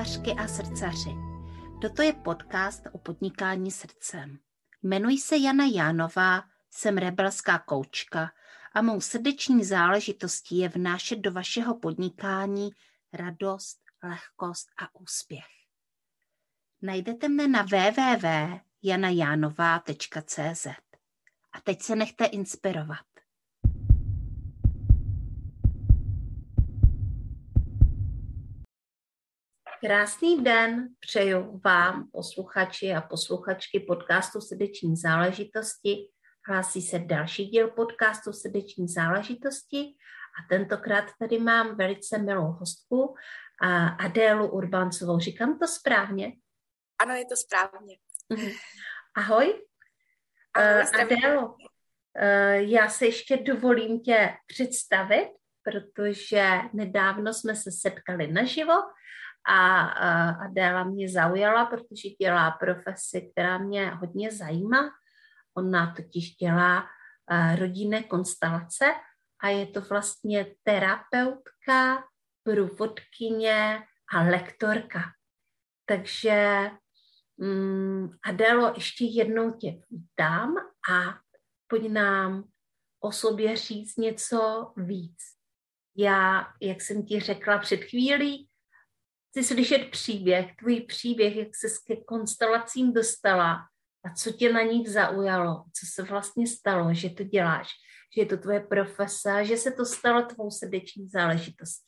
srdcařky a srdcaři. Toto je podcast o podnikání srdcem. Jmenuji se Jana Jánová, jsem rebelská koučka a mou srdeční záležitostí je vnášet do vašeho podnikání radost, lehkost a úspěch. Najdete mne na www.janajanová.cz. A teď se nechte inspirovat. Krásný den přeju vám, posluchači a posluchačky podcastu Srdeční záležitosti. Hlásí se další díl podcastu Srdeční záležitosti a tentokrát tady mám velice milou hostku, Adélu Urbancovou. Říkám to správně? Ano, je to správně. Ahoj. Ahoj, Adélo, já se ještě dovolím tě představit, protože nedávno jsme se setkali naživo a Adéla mě zaujala, protože dělá profesi, která mě hodně zajímá. Ona totiž dělá rodinné konstelace a je to vlastně terapeutka, průvodkyně a lektorka. Takže Adélo, ještě jednou tě vítám a pojď nám o sobě říct něco víc. Já, jak jsem ti řekla před chvílí, chci slyšet tvůj příběh, jak ses ke konstelacím dostala a co tě na nich zaujalo, co se vlastně stalo, že to děláš, že je to tvoje profese, že se to stalo tvou srdeční záležitostí.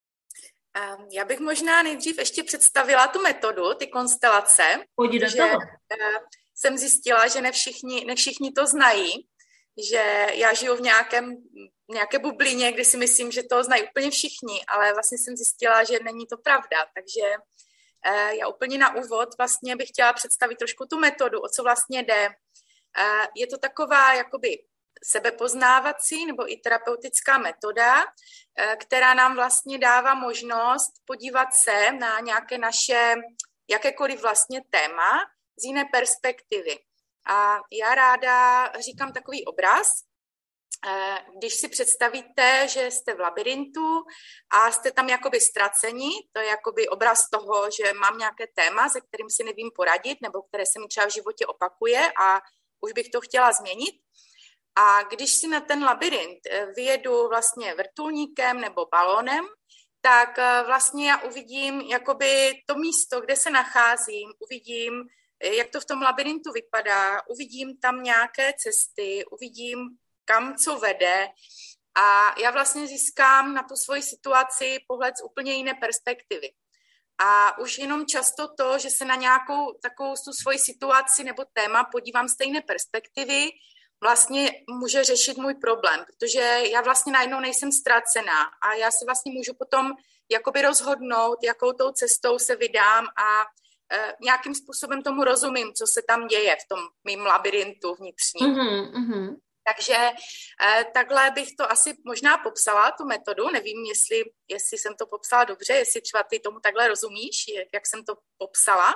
Já bych možná nejdřív ještě představila tu metodu, ty konstelace. Pojď do toho. Jsem zjistila, že ne všichni to znají, že já žiju v nějaké bublině, kde si myslím, že to znají úplně všichni, ale vlastně jsem zjistila, že není to pravda. Takže já úplně na úvod vlastně bych chtěla představit trošku tu metodu, o co vlastně jde. Je to taková jakoby sebepoznávací nebo i terapeutická metoda, která nám vlastně dává možnost podívat se na nějaké naše jakékoliv vlastně téma z jiné perspektivy. A já ráda říkám takový obraz, když si představíte, že jste v labirintu a jste tam jakoby ztraceni, to je jakoby obraz toho, že mám nějaké téma, se kterým si nevím poradit, nebo které se mi třeba v životě opakuje a už bych to chtěla změnit. A když si na ten labirint vyjedu vlastně vrtulníkem nebo balónem, tak vlastně já uvidím jakoby to místo, kde se nacházím, uvidím, jak to v tom labirintu vypadá, uvidím tam nějaké cesty, uvidím, kam co vede a já vlastně získám na tu svoji situaci pohled z úplně jiné perspektivy. A už jenom často to, že se na nějakou takovou tu svoji situaci nebo téma podívám z stejné perspektivy, vlastně může řešit můj problém, protože já vlastně najednou nejsem ztracená a já si vlastně můžu potom jakoby rozhodnout, jakou tou cestou se vydám a nějakým způsobem tomu rozumím, co se tam děje v tom mým labirintu vnitřním. Takže takhle bych to asi možná popsala, tu metodu. Nevím, jestli jsem to popsala dobře, jestli třeba ty tomu takhle rozumíš, jak jsem to popsala.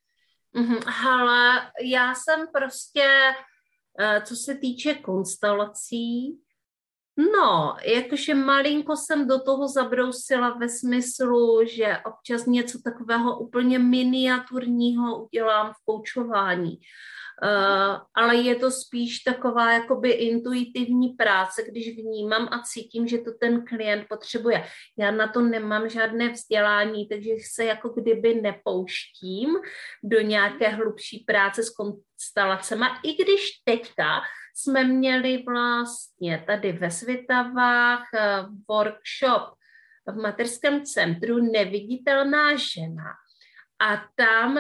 Hele, já jsem prostě, co se týče konstelací, no, jakože malinko jsem do toho zabrousila ve smyslu, že občas něco takového úplně miniaturního udělám v koučování. Ale je to spíš taková jakoby intuitivní práce, když vnímám a cítím, že to ten klient potřebuje. Já na to nemám žádné vzdělání, takže se jako kdyby nepouštím do nějaké hlubší práce s konstelacema, i když teďka jsme měli vlastně tady ve Svitavách workshop v mateřském centru Neviditelná žena. A tam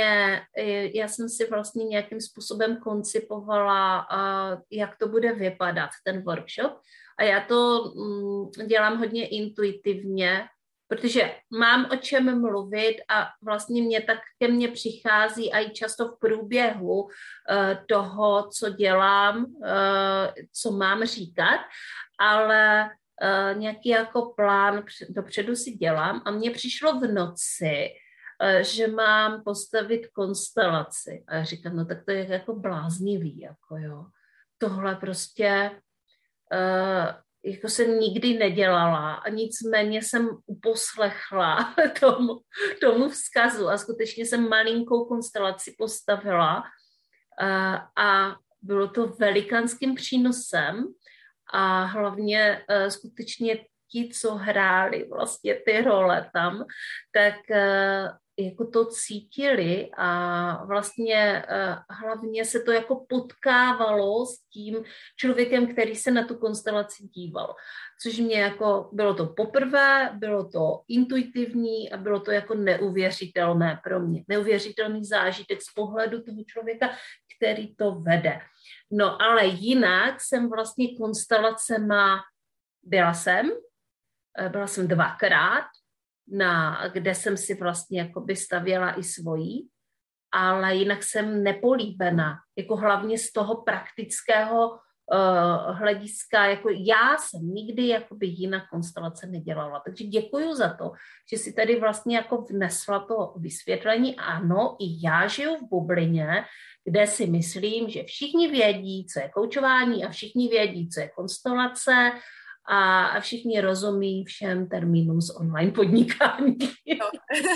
já jsem si vlastně nějakým způsobem koncipovala, jak to bude vypadat, ten workshop. A já to dělám hodně intuitivně, protože mám o čem mluvit a vlastně ke mně přichází a i často v průběhu toho, co dělám, co mám říkat, ale nějaký jako plán dopředu si dělám a mně přišlo v noci, že mám postavit konstelaci. A já říkám, no tak to je jako bláznivý, jako jo. Tohle prostě jako jsem nikdy nedělala a nicméně jsem uposlechla tomu vzkazu a skutečně jsem malinkou konstelaci postavila a bylo to velikánským přínosem a hlavně skutečně ti, co hráli vlastně ty role tam, tak jako to cítili a vlastně hlavně se to jako potkávalo s tím člověkem, který se na tu konstelaci díval. Což mě jako, bylo to poprvé, bylo to intuitivní a bylo to jako neuvěřitelné pro mě. Neuvěřitelný zážitek z pohledu toho člověka, který to vede. No ale jinak jsem vlastně konstelacema, byla jsem 2krát, kde jsem si vlastně jakoby stavěla i svojí, ale jinak jsem nepolíbená, jako hlavně z toho praktického hlediska, jako já jsem nikdy jakoby jinak konstelace nedělala. Takže děkuju za to, že si tady vlastně jako vnesla to vysvětlení. Ano, i já žiju v bublině, kde si myslím, že všichni vědí, co je koučování a všichni vědí, co je konstelace a všichni rozumí všem termínům z online podnikání. No.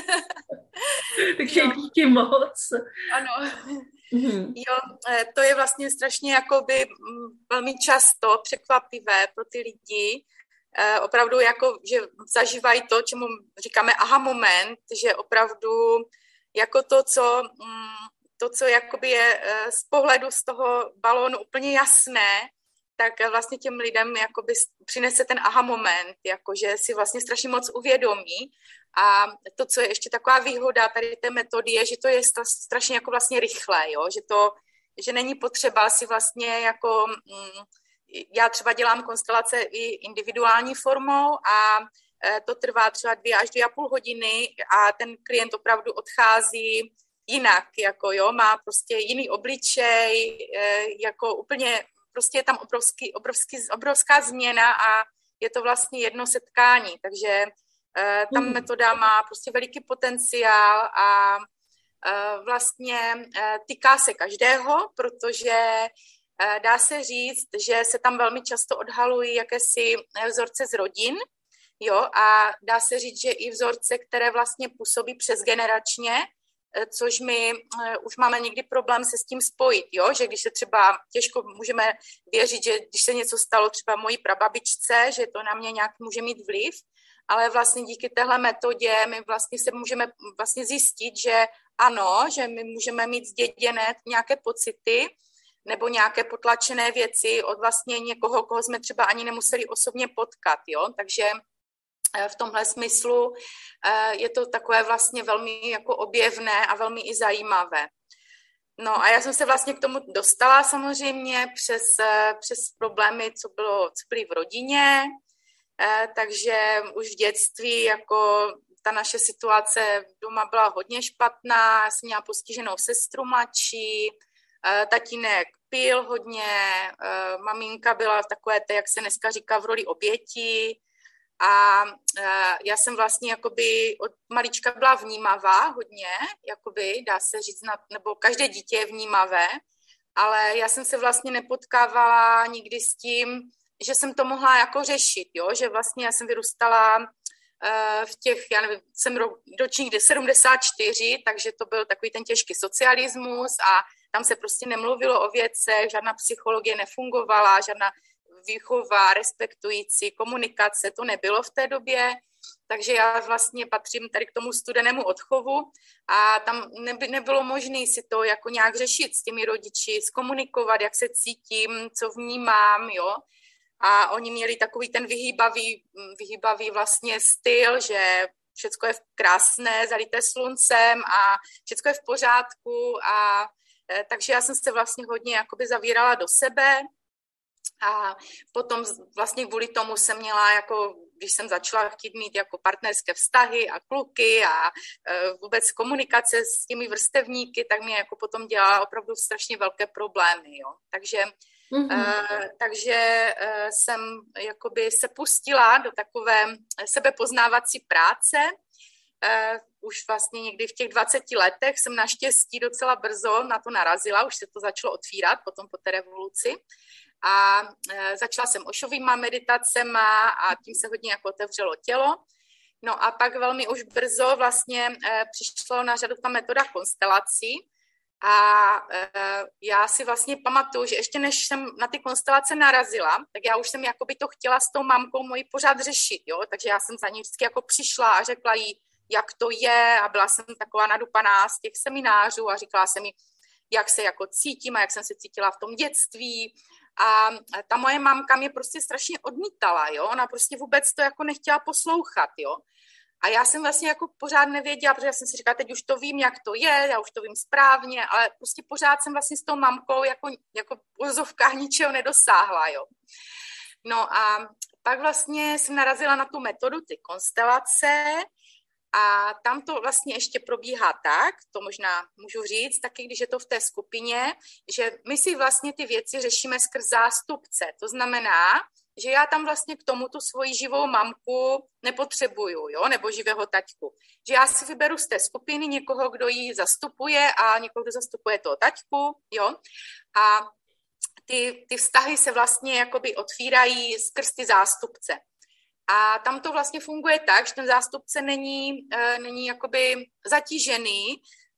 Takže díky moc. Ano. Jo, to je vlastně strašně jakoby velmi často překvapivé pro ty lidi. Opravdu jako, že zažívají to, čemu říkáme aha moment, že opravdu jako to, co jakoby je z pohledu z toho balónu úplně jasné, tak vlastně těm lidem jakoby přinese ten aha moment, jakože si vlastně strašně moc uvědomí. A to, co je ještě taková výhoda tady té metody, je, že to je strašně jako vlastně rychlé, jo? Že není potřeba si vlastně jako, já třeba dělám konstelace i individuální formou a to trvá třeba 2 až 2,5 hodiny a ten klient opravdu odchází jinak, jako jo, má prostě jiný obličej, jako úplně, prostě je tam obrovská změna a je to vlastně jedno setkání, takže ta metoda má prostě veliký potenciál a vlastně týká se každého, protože dá se říct, že se tam velmi často odhalují jakési vzorce z rodin, jo, a dá se říct, že i vzorce, které vlastně působí přesgeneračně, což my už máme někdy problém se s tím spojit, jo, že když se třeba těžko můžeme věřit, že když se něco stalo třeba mojí prababičce, že to na mě nějak může mít vliv, ale vlastně díky téhle metodě my vlastně se můžeme vlastně zjistit, že ano, že my můžeme mít zděděné nějaké pocity nebo nějaké potlačené věci od vlastně někoho, koho jsme třeba ani nemuseli osobně potkat, jo, takže v tomhle smyslu je to takové vlastně velmi jako objevné a velmi i zajímavé. No a já jsem se vlastně k tomu dostala samozřejmě přes problémy, co byly v rodině, takže už v dětství jako ta naše situace doma byla hodně špatná, já jsem měla postiženou sestru mladší, tatínek pil hodně, maminka byla v takové té, jak se dneska říká, v roli oběti a já jsem vlastně jakoby od malička byla vnímavá hodně, jakoby dá se říct, nebo každé dítě je vnímavé, ale já jsem se vlastně nepotkávala nikdy s tím, že jsem to mohla jako řešit, jo? Že vlastně já jsem vyrůstala v těch, já nevím, jsem ročník 74, takže to byl takový ten těžký socialismus a tam se prostě nemluvilo o věcech, žádná psychologie nefungovala, žádná výchova, respektující komunikace, to nebylo v té době, takže já vlastně patřím tady k tomu studenému odchovu a tam nebylo možné si to jako nějak řešit s těmi rodiči, zkomunikovat, jak se cítím, co vnímám, jo. A oni měli takový ten vyhýbavý vlastně styl, že všecko je krásné, zalité sluncem a všecko je v pořádku a takže já jsem se vlastně hodně jakoby zavírala do sebe a potom vlastně kvůli tomu jsem měla jako, když jsem začala chtít mít jako partnerské vztahy a kluky a vůbec komunikace s těmi vrstevníky, tak mě jako potom dělala opravdu strašně velké problémy, jo. Takže jsem jakoby se pustila do takové sebepoznávací práce. Už vlastně někdy v těch 20 letech jsem naštěstí docela brzo na to narazila, už se to začalo otvírat potom po té revoluci. a začala jsem ošovýma meditacema a tím se hodně jako otevřelo tělo. No a pak velmi už brzo vlastně přišlo na řadu ta metoda konstelací a já si vlastně pamatuju, že ještě než jsem na ty konstelace narazila, tak já už jsem jakoby to chtěla s tou mamkou mojí pořád řešit, jo, takže já jsem za ní vždycky jako přišla a řekla jí, jak to je a byla jsem taková nadupaná z těch seminářů a říkala jsem jí, jak se jako cítím a jak jsem se cítila v tom dětství. A ta moje mamka mě prostě strašně odmítala, jo, ona prostě vůbec to jako nechtěla poslouchat, jo. A já jsem vlastně jako pořád nevěděla, protože já jsem si říkala, teď už to vím, jak to je, já už to vím správně, ale prostě pořád jsem vlastně s tou mamkou jako v uvozovkách ničeho nedosáhla, jo. No a pak vlastně jsem narazila na tu metodu, ty konstelace, a tam to vlastně ještě probíhá tak, to možná můžu říct, taky když je to v té skupině, že my si vlastně ty věci řešíme skrz zástupce. To znamená, že já tam vlastně k tomu tu svoji živou mamku nepotřebuju, jo, nebo živého taťku. Že já si vyberu z té skupiny někoho, kdo ji zastupuje a někoho, kdo zastupuje toho taťku, jo. A ty vztahy se vlastně jakoby otvírají skrz ty zástupce. A tam to vlastně funguje tak, že ten zástupce není jakoby zatížený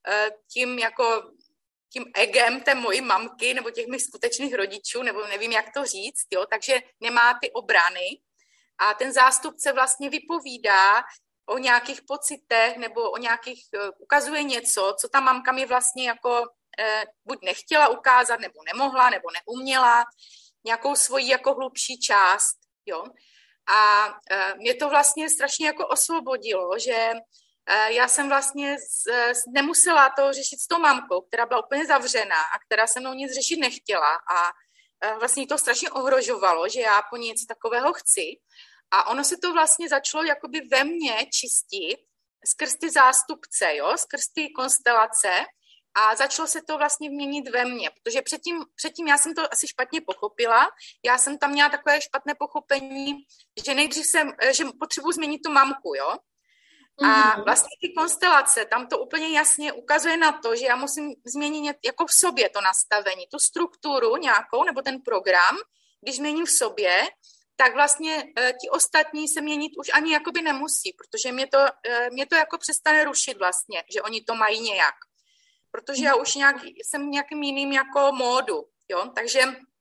tím egem té mojí mamky nebo těch mých skutečných rodičů, nebo nevím, jak to říct, jo, takže nemá ty obrany. A ten zástupce vlastně vypovídá o nějakých pocitech nebo o nějakých, ukazuje něco, co ta mamka mi vlastně jako buď nechtěla ukázat, nebo nemohla, nebo neuměla, nějakou svoji jako hlubší část, jo. A mě to vlastně strašně jako osvobodilo, že já jsem vlastně nemusela to řešit s tou mamkou, která byla úplně zavřená a která se mnou nic řešit nechtěla a vlastně to strašně ohrožovalo, že já po ní něco takového chci. A ono se to vlastně začalo jakoby ve mně čistit skrz ty zástupce, jo, skrz ty konstelace a začalo se to vlastně měnit ve mně, protože předtím já jsem to asi špatně pochopila, já jsem tam měla takové špatné pochopení, že nejdřív že potřebuji změnit tu mamku, jo. A vlastně ty konstelace, tam to úplně jasně ukazuje na to, že já musím změnit jako v sobě to nastavení, tu strukturu nějakou, nebo ten program, když změním v sobě, tak vlastně ti ostatní se měnit už ani jakoby nemusí, protože mě to jako přestane rušit vlastně, že oni to mají nějak. Protože já už jsem nějakým jiným jako módu, jo, takže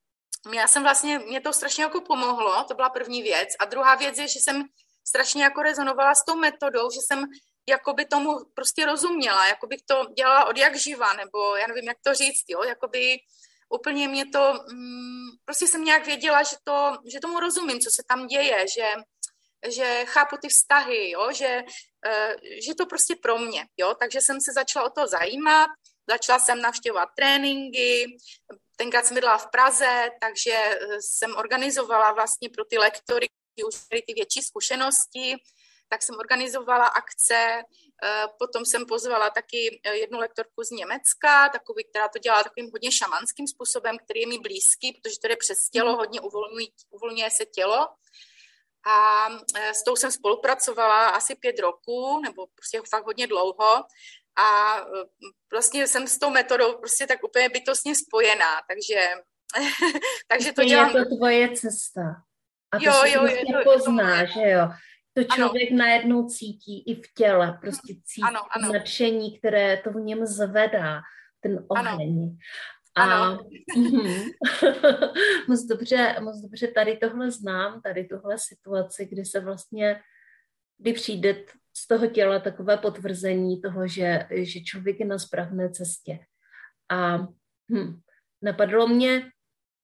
mě to strašně jako pomohlo, to byla první věc. A druhá věc je, že jsem strašně jako rezonovala s tou metodou, že jsem jakoby tomu prostě rozuměla, jakoby to dělala od jak živa, nebo já nevím, jak to říct, jo, jakoby úplně mě to, prostě jsem nějak věděla, že tomu rozumím, co se tam děje, že chápu ty vztahy, jo, že to prostě pro mě, jo, takže jsem se začala o to zajímat, začala jsem navštěvovat tréninky, tenkrát jsem bydlela v Praze, takže jsem organizovala vlastně pro ty lektory, kteří už měli ty větší zkušenosti, tak jsem organizovala akce, potom jsem pozvala taky jednu lektorku z Německa, která to dělá takovým hodně šamanským způsobem, který je mi blízký, protože to jde přes tělo, hodně uvolňuje se tělo. A s tou jsem spolupracovala asi 5 roků, nebo prostě fakt hodně dlouho. A vlastně jsem s tou metodou prostě tak úplně bytostně spojená, takže to dělám. Je to tvoje cesta. A to se vlastně pozná, že jo. To člověk najednou cítí i v těle, prostě cítí nadšení, které to v něm zvedá, ten oheň. Ano. Moc dobře tady tohle znám, tady tohle situaci, kdy přijde z toho těla takové potvrzení toho, že člověk je na správné cestě. A napadlo mě,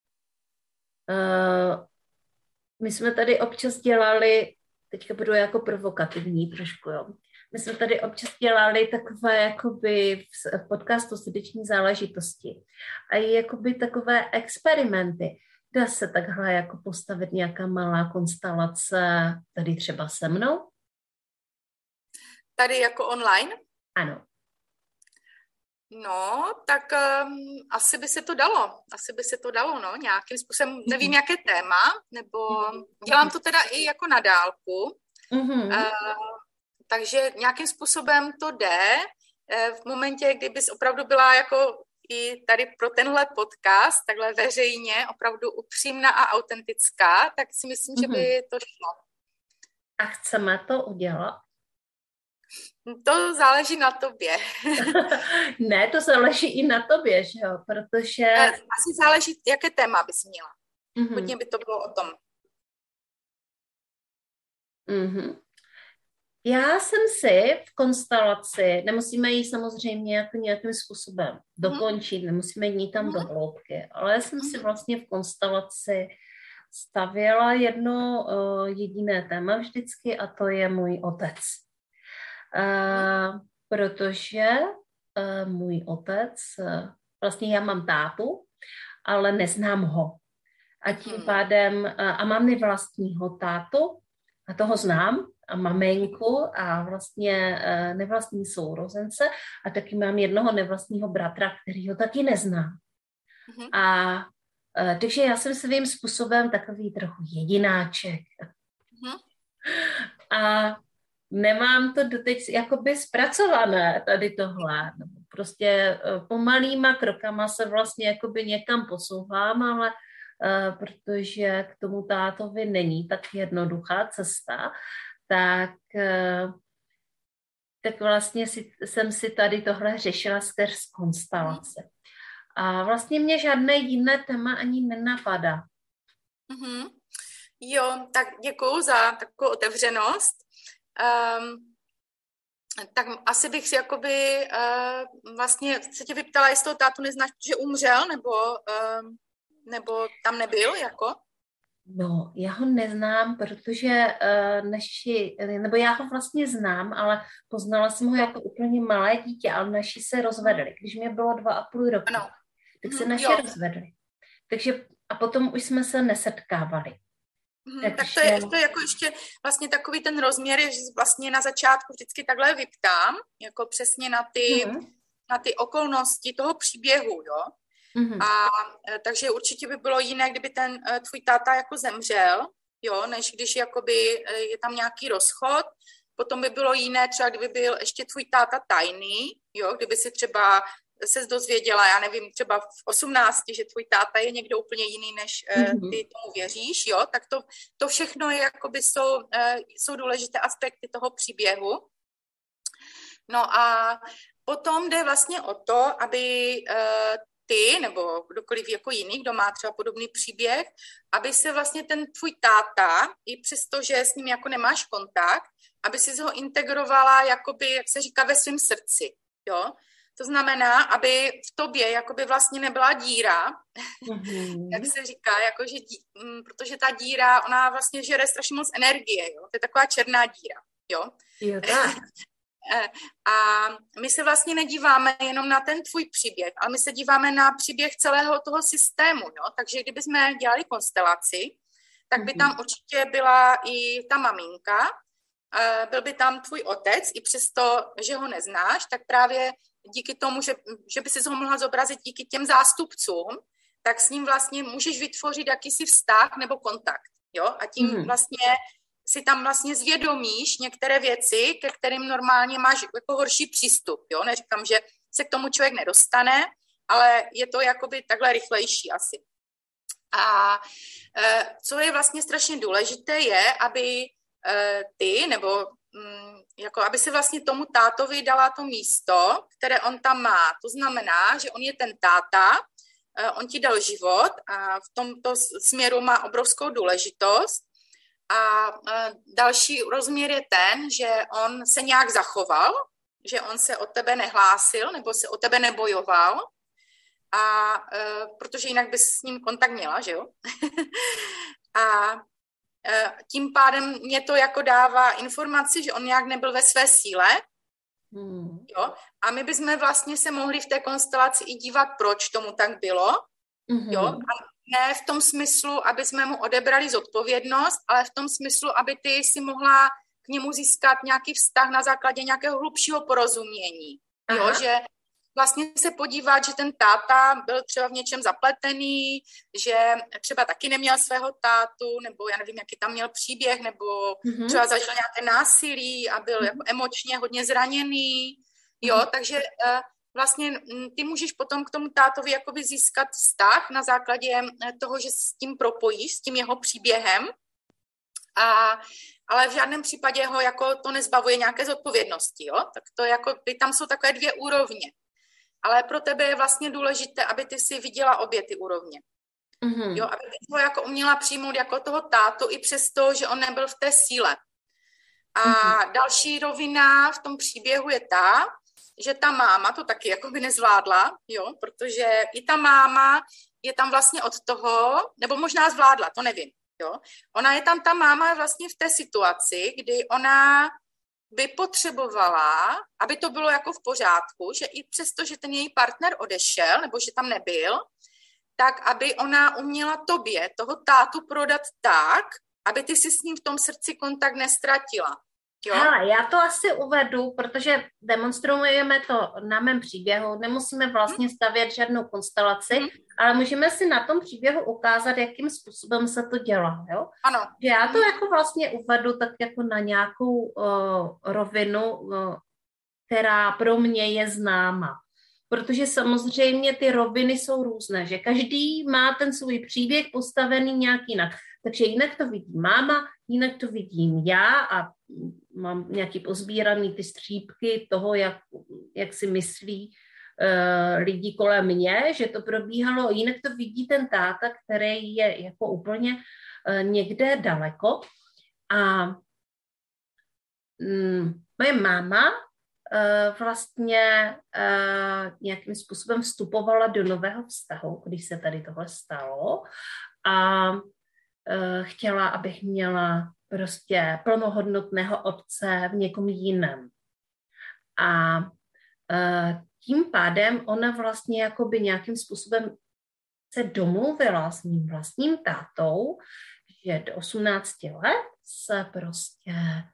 my jsme tady občas dělali, teďka budu jako provokativní trošku, jo. My jsme tady občas dělali takové jakoby v podcastu srdeční záležitosti a jakoby takové experimenty. Dá se takhle jako postavit nějaká malá konstelace tady třeba se mnou? Tady jako online? Ano. No, tak asi by se to dalo, no, nějakým způsobem, nevím, jaké téma, nebo dělám to teda i jako na dálku, takže nějakým způsobem to jde, v momentě, kdybys opravdu byla jako i tady pro tenhle podcast, takhle veřejně, opravdu upřímná a autentická, tak si myslím, že by to šlo. A chceme to udělat? To záleží na tobě. Ne, to záleží i na tobě, že jo, protože... Asi záleží, jaké téma bys měla. Hodně by to bylo o tom. Já jsem si v konstelaci, nemusíme ji samozřejmě jako nějakým způsobem dokončit, nemusíme jít tam do hloubky, ale já jsem si vlastně v konstelaci stavěla jedno jediné téma vždycky a to je můj otec. Protože můj otec, vlastně já mám tátu, ale neznám ho. A tím pádem, a mám nevlastního tátu, a toho znám, a maminku a vlastně nevlastní sourozence a taky mám jednoho nevlastního bratra, který ho taky neznám. A takže já jsem svým způsobem takový trochu jedináček. A nemám to doteď jakoby zpracované tady tohle. Prostě pomalýma krokama se vlastně jakoby někam posouvám, ale protože k tomu tátovi není tak jednoduchá cesta, tak vlastně jsem si tady tohle řešila skrz konstelace. A vlastně mě žádné jiné téma ani nenapadá. Jo, tak děkuju za takovou otevřenost. Tak asi bych si jakoby vlastně se tě vyptala, jestli toho tátu neznáš, že umřel, nebo tam nebyl, jako? No, já ho neznám, protože nebo já ho vlastně znám, ale poznala jsem ho jako úplně malé dítě, ale naši se rozvedli. Když mě bylo 2,5 roku, tak se naši rozvedli. Takže a potom už jsme se nesetkávali. Tak to je jako ještě vlastně takový ten rozměr, že vlastně na začátku vždycky takhle vyptám, jako přesně na ty okolnosti toho příběhu, jo. A takže určitě by bylo jiné, kdyby ten tvůj táta jako zemřel, jo, než když jakoby je tam nějaký rozchod. Potom by bylo jiné třeba, kdyby byl ještě tvůj táta tajný, jo, kdyby si třeba se dozvěděla, já nevím, třeba v 18, že tvůj táta je někdo úplně jiný, než ty tomu věříš, jo, tak to všechno je, jakoby jsou důležité aspekty toho příběhu. No a potom jde vlastně o to, aby ty, nebo kdokoliv jako jiný, kdo má třeba podobný příběh, aby se vlastně ten tvůj táta, i přesto, že s ním jako nemáš kontakt, aby si ho integrovala, jakoby, jak se říká, ve svém srdci, jo. To znamená, aby v tobě jakoby vlastně nebyla díra, jak se říká, jakože protože ta díra, ona vlastně žere strašně moc energie, jo. To je taková černá díra, jo. Jo, tak. A my se vlastně nedíváme jenom na ten tvůj příběh, ale my se díváme na příběh celého toho systému, jo? Takže kdybychom dělali konstelaci, tak by tam určitě byla i ta maminka, byl by tam tvůj otec, i přesto, že ho neznáš, tak právě díky tomu, že by si ho mohla zobrazit díky těm zástupcům, tak s ním vlastně můžeš vytvořit jakýsi vztah nebo kontakt, jo? A tím vlastně si tam vlastně zvědomíš některé věci, ke kterým normálně máš jako horší přístup, jo? Neříkám, že se k tomu člověk nedostane, ale je to jakoby takhle rychlejší asi. A co je vlastně strašně důležité je, aby ty, nebo jako aby si vlastně tomu tátovi dala to místo, které on tam má. To znamená, že on je ten táta, on ti dal život a v tomto směru má obrovskou důležitost. A další rozměr je ten, že on se nějak zachoval, že on se od tebe nehlásil nebo se o tebe nebojoval, a protože jinak bys s ním kontakt měla, že jo? A tím pádem mě to jako dává informaci, že on nějak nebyl ve své síle, jo? A my bychom vlastně se mohli v té konstelaci i dívat, proč tomu tak bylo, jo? A ne v tom smyslu, aby jsme mu odebrali zodpovědnost, ale v tom smyslu, aby ty si mohla k němu získat nějaký vztah na základě nějakého hlubšího porozumění. Jo, že vlastně se podívat, že ten táta byl třeba v něčem zapletený, že třeba taky neměl svého tátu, nebo já nevím, jaký tam měl příběh, nebo třeba zažil nějaké násilí a byl jako emočně hodně zraněný. Jo, takže vlastně ty můžeš potom k tomu tátovi jakoby získat vztah na základě toho, že s tím propojíš, s tím jeho příběhem, ale v žádném případě ho jako to nezbavuje nějaké zodpovědnosti, jo? Tak to jako, tam jsou takové dvě úrovně. Ale pro tebe je vlastně důležité, aby ty si viděla obě ty úrovně. Mm-hmm. Jo, aby ty ho jako uměla přijmout jako toho tátu i přesto, že on nebyl v té síle. A další rovina v tom příběhu je ta, že ta máma to taky jako by nezvládla, jo, protože i ta máma je tam vlastně od toho, nebo možná zvládla, to nevím, jo. Ona je tam, ta máma vlastně v té situaci, kdy ona by potřebovala, aby to bylo jako v pořádku, že i přesto, že ten její partner odešel, nebo že tam nebyl, tak aby ona uměla tobě toho tátu prodat tak, aby ty si s ním v tom srdci kontakt nestratila. Jo? Hele, já to asi uvedu, protože demonstrujeme to na mém příběhu, nemusíme vlastně stavět žádnou konstelaci, ale můžeme si na tom příběhu ukázat, jakým způsobem se to dělá, jo? Ano. Že já to jako vlastně uvedu tak jako na nějakou rovinu, která pro mě je známa. Protože samozřejmě ty roviny jsou různé, že každý má ten svůj příběh postavený nějak jinak. Takže jinak to vidí máma, jinak to vidím já a mám nějaký pozbíraný ty střípky toho, jak si myslí lidi kolem mě, že to probíhalo. Jinak to vidí ten táta, který je jako úplně někde daleko. A moje máma vlastně nějakým způsobem vstupovala do nového vztahu, když se tady tohle stalo a chtěla, abych měla prostě plnohodnotného otce v někom jiném. A tím pádem ona vlastně jakoby nějakým způsobem se domluvila s mým vlastním tátou, že do 18 let se prostě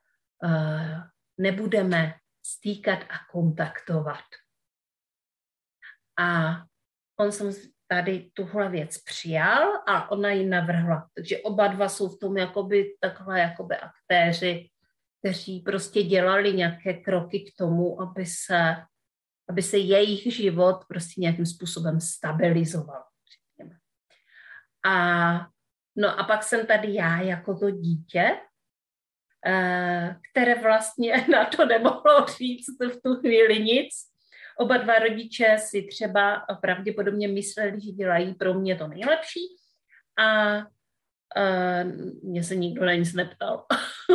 nebudeme stýkat a kontaktovat. A on jsem tady tuhle věc přijal a ona ji navrhla. Takže oba dva jsou v tom jakoby takhle jakoby aktéři, kteří prostě dělali nějaké kroky k tomu, aby se jejich život prostě nějakým způsobem stabilizoval. A pak jsem tady já jako to dítě, které vlastně na to nemohlo říct v tu chvíli nic. Oba dva rodiče si třeba pravděpodobně mysleli, že dělají pro mě to nejlepší a mě se nikdo na nic neptal.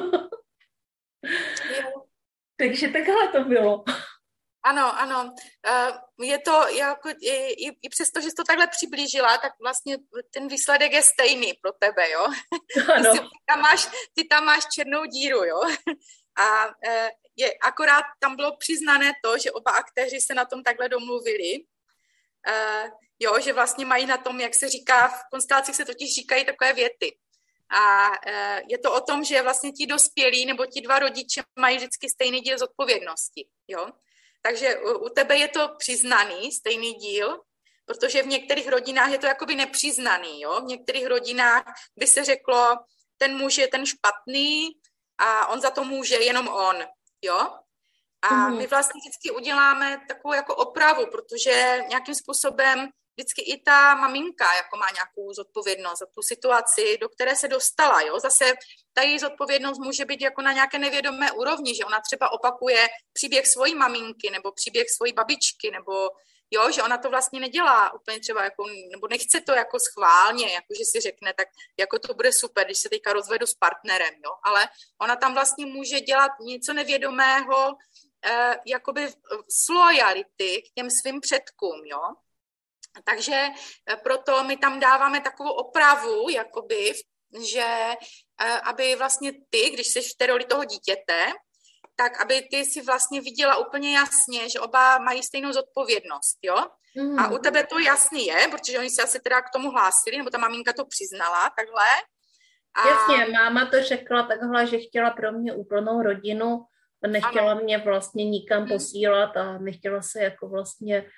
Takže takhle to bylo. Ano. Je to jako, i přesto, že jsi to takhle přiblížila, tak vlastně ten výsledek je stejný pro tebe, jo? Ty tam máš černou díru, jo? A akorát tam bylo přiznané to, že oba aktéři se na tom takhle domluvili, jo, že vlastně mají na tom, jak se říká, v konstelacích se totiž říkají takové věty. A je to o tom, že vlastně ti dospělí nebo ti dva rodiče mají vždycky stejný díl zodpovědnosti, jo? Takže u tebe je to přiznaný, stejný díl, protože v některých rodinách je to jakoby nepřiznaný, jo? V některých rodinách by se řeklo, ten muž je ten špatný a on za to může, jenom on, jo? A my vlastně vždycky uděláme takovou jako opravu, protože nějakým způsobem vždycky i ta maminka jako má nějakou zodpovědnost za tu situaci, do které se dostala, jo? Zase ta její zodpovědnost může být jako na nějaké nevědomé úrovni, že ona třeba opakuje příběh svojí maminky nebo příběh svojí babičky, nebo jo, že ona to vlastně nedělá úplně třeba jako, nebo nechce to jako schválně, jako že si řekne, tak jako to bude super, když se teďka rozvedu s partnerem, jo, ale ona tam vlastně může dělat něco nevědomého, jakoby z lojality k těm svým předkům, jo. Takže proto my tam dáváme takovou opravu, jakoby, že aby vlastně ty, když jsi v té roli toho dítěte, tak aby ty si vlastně viděla úplně jasně, že oba mají stejnou zodpovědnost, jo? A u tebe to jasný je, protože oni se asi teda k tomu hlásili, nebo ta maminka to přiznala takhle. Jasně, máma to řekla takhle, že chtěla pro mě úplnou rodinu, nechtěla mě vlastně nikam posílat a nechtěla se jako vlastně,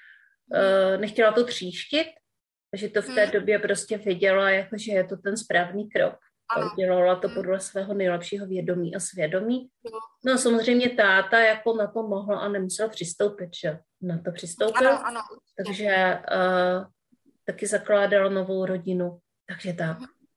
nechtěla to tříštit, takže to v té době prostě viděla, jako, že je to ten správný krok. a ano. udělala to podle svého nejlepšího vědomí a svědomí. Jo. No samozřejmě táta jako na to mohl a nemusel přistoupit, že na to přistoupil, Ano. takže taky zakládal novou rodinu, takže tak.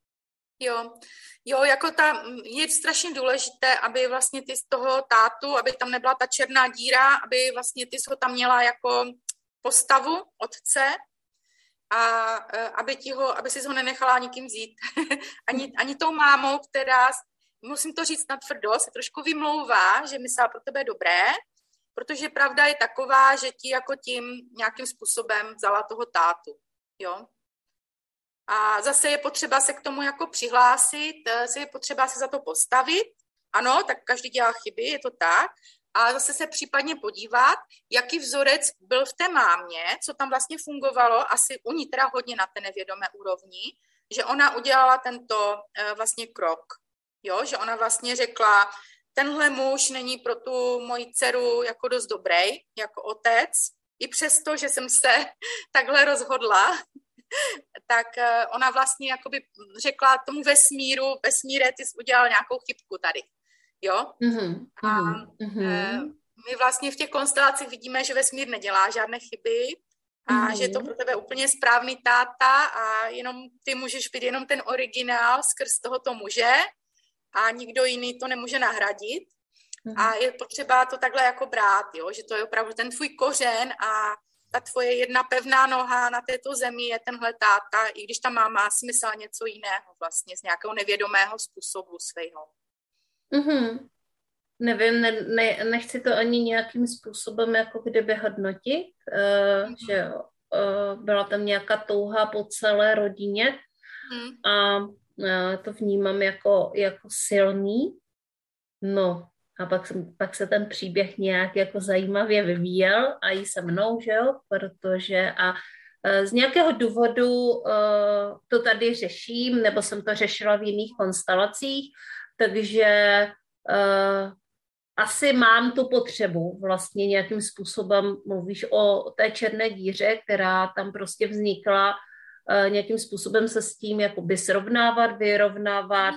Jo, jako je strašně důležité, aby vlastně ty z toho tátu, aby tam nebyla ta černá díra, aby vlastně ty jsi ho tam měla jako postavu otce a aby si ho nenechala nikým vzít. ani tou mámou, která, musím to říct natvrdo, se trošku vymlouvá, že myslela pro tebe dobré, protože pravda je taková, že ti jako tím nějakým způsobem vzala toho tátu, jo. A zase je potřeba se k tomu jako přihlásit, je potřeba se za to postavit. Ano, tak každý dělá chyby, je to tak. A zase se případně podívat, jaký vzorec byl v té mámě, co tam vlastně fungovalo, asi u ní teda hodně na té nevědomé úrovni, že ona udělala tento vlastně krok. Jo, že ona vlastně řekla, tenhle muž není pro tu moji dceru jako dost dobrý, jako otec, i přesto, že jsem se takhle rozhodla, tak ona vlastně jakoby řekla tomu vesmíre, ty jsi udělal nějakou chybku tady, jo? My vlastně v těch konstelacích vidíme, že vesmír nedělá žádné chyby a že je to pro tebe úplně správný táta a jenom ty můžeš být jenom ten originál skrz tohoto muže a nikdo jiný to nemůže nahradit. A je potřeba to takhle jako brát, jo? Že to je opravdu ten tvůj kořen a ta tvoje jedna pevná noha na této zemi je tenhle táta, i když ta máma smysl něco jiného vlastně, z nějakého nevědomého způsobu svého. Nevím, nechci to ani nějakým způsobem jako kdyby hodnotit, že byla tam nějaká touha po celé rodině a to vnímám jako silný. No, a pak se ten příběh nějak jako zajímavě vyvíjel a i se mnou, že jo, protože z nějakého důvodu to tady řeším, nebo jsem to řešila v jiných konstelacích, takže asi mám tu potřebu vlastně nějakým způsobem, mluvíš o té černé díře, která tam prostě vznikla, nějakým způsobem se s tím jakoby srovnávat, vyrovnávat,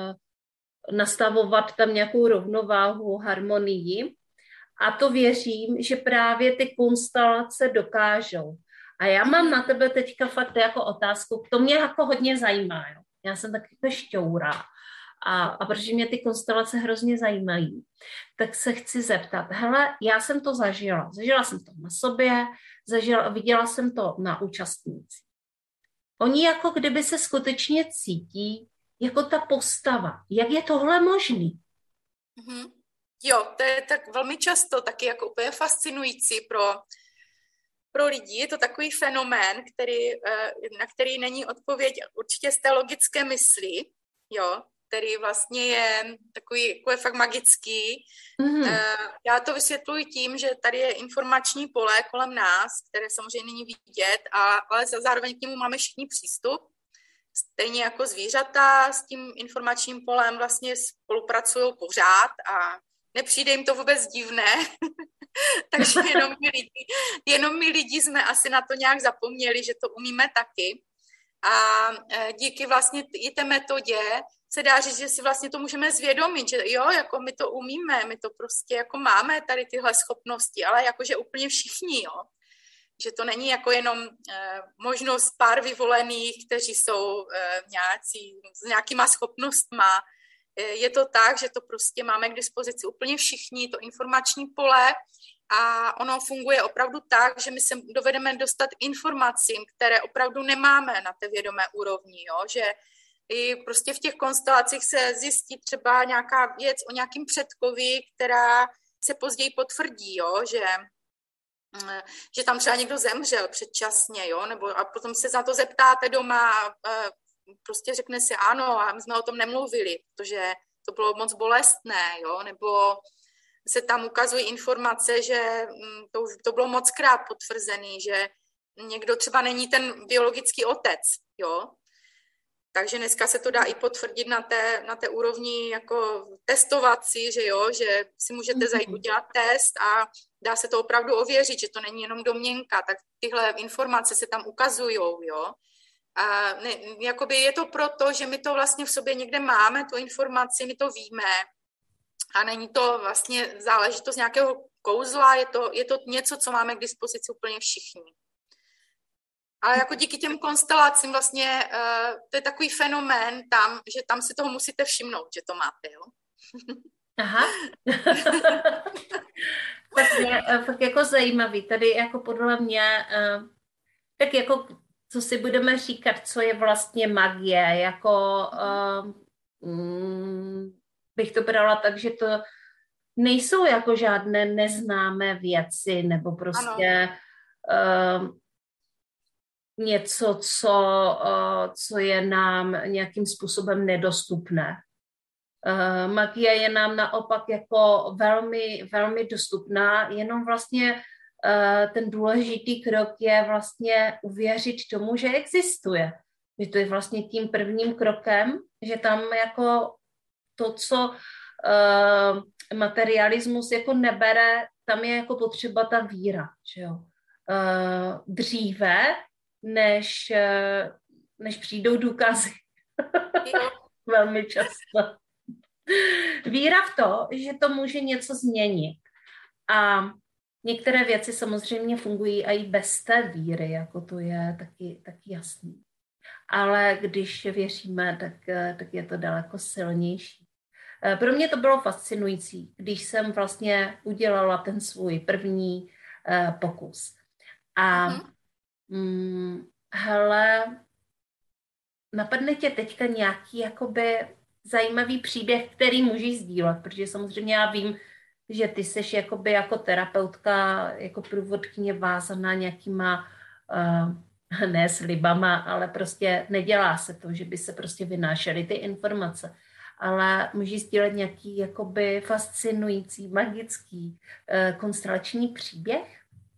nastavovat tam nějakou rovnováhu, harmonii. A to věřím, že právě ty konstelace dokážou. A já mám na tebe teďka fakt jako otázku, to mě jako hodně zajímá. Jo? Já jsem tak jako šťoura. A protože mě ty konstelace hrozně zajímají, tak se chci zeptat, hele, já jsem to zažila. Zažila jsem to na sobě, viděla jsem to na účastnících. Oni jako kdyby se skutečně cítí jako ta postava. Jak je tohle možný? Jo, to je tak velmi často taky jako úplně fascinující pro lidi. Je to takový fenomén, na který není odpověď určitě z té logické mysli, jo, který vlastně je takový jako je fakt magický. Já to vysvětluji tím, že tady je informační pole kolem nás, které samozřejmě není vidět, ale zároveň k němu máme všichni přístup. Stejně jako zvířata s tím informačním polem vlastně spolupracují pořád a nepřijde jim to vůbec divné. Takže jenom my lidi jsme asi na to nějak zapomněli, že to umíme taky. A díky vlastně i té metodě se dá říct, že si vlastně to můžeme zvědomit, že jo, jako my to umíme, my to prostě jako máme tady tyhle schopnosti, ale jakože úplně všichni, jo. Že to není jako jenom možnost pár vyvolených, kteří jsou s nějakýma schopnostma. Je to tak, že to prostě máme k dispozici úplně všichni, to informační pole a ono funguje opravdu tak, že my se dovedeme dostat informacím, které opravdu nemáme na té vědomé úrovni, jo? Že i prostě v těch konstelacích se zjistí třeba nějaká věc o nějakým předkovi, která se později potvrdí, jo? Že tam třeba někdo zemřel předčasně, jo? Nebo a potom se za to zeptáte doma a prostě řekne si ano a my jsme o tom nemluvili, protože to bylo moc bolestné, jo? Nebo se tam ukazují informace, že to bylo mockrát potvrzený, že někdo třeba není ten biologický otec, jo? Takže dneska se to dá i potvrdit na té úrovni jako testovací, že jo, že si můžete zajít udělat test a dá se to opravdu ověřit, že to není jenom domněnka, tak tyhle informace se tam ukazujou, jo. A jakoby je to proto, že my to vlastně v sobě někde máme, tu informaci, my to víme a není to vlastně záležitost nějakého kouzla, je to něco, co máme k dispozici úplně všichni. Ale jako díky těm konstelacím vlastně to je takový fenomén tam, že tam si toho musíte všimnout, že to máte, jo? Aha. fakt jako zajímavý. Tady jako podle mě, tak jako co si budeme říkat, co je vlastně magie, jako bych to brala tak, že to nejsou jako žádné neznámé věci, nebo prostě něco, co je nám nějakým způsobem nedostupné. Magie je nám naopak jako velmi, velmi dostupná, jenom vlastně ten důležitý krok je vlastně uvěřit tomu, že existuje. Že to je vlastně tím prvním krokem, že tam jako to, co materialismus jako nebere, tam je jako potřeba ta víra, že jo. Dříve, než přijdou důkazy. Velmi často. Víra v to, že to může něco změnit. A některé věci samozřejmě fungují i bez té víry, jako to je taky jasný. Ale když věříme, tak je to daleko silnější. Pro mě to bylo fascinující, když jsem vlastně udělala ten svůj první pokus. A hele, napadne tě teďka nějaký jakoby zajímavý příběh, který můžeš sdílet, protože samozřejmě já vím, že ty seš jakoby jako terapeutka, jako průvodkyně vázaná nějakýma ne slibama, ale prostě nedělá se to, že by se prostě vynášely ty informace. Ale můžeš sdílet nějaký jakoby fascinující, magický konstelační příběh?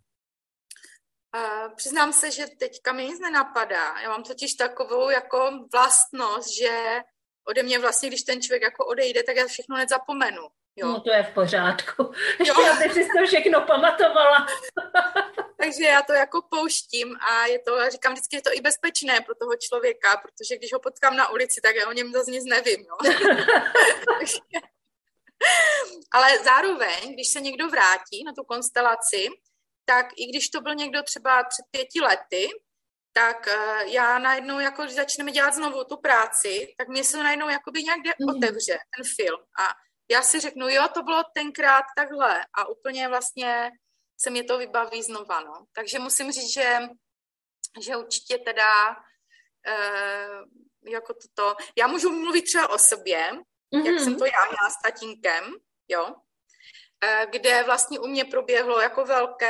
Přiznám se, že teďka mi nic nenapadá. Já mám totiž takovou jako vlastnost, že ode mě vlastně, když ten člověk jako odejde, tak já všechno hned zapomenu. Jo? No to je v pořádku. Já bych si to všechno pamatovala. Takže já to jako pouštím a je to, říkám vždycky, je to i bezpečné pro toho člověka, protože když ho potkám na ulici, tak já o něm zase nic nevím. Jo? Ale zároveň, když se někdo vrátí na tu konstelaci, tak i když to byl někdo třeba před 5 lety, tak já najednou, jako když začneme dělat znovu tu práci, tak mě se najednou jakoby nějak otevře ten film. A já si řeknu, jo, to bylo tenkrát takhle. A úplně vlastně se mě to vybaví znova, no. Takže musím říct, že určitě teda jako toto. Já můžu mluvit třeba o sobě, jak jsem to já měla s tatínkem, jo, kde vlastně u mě proběhlo jako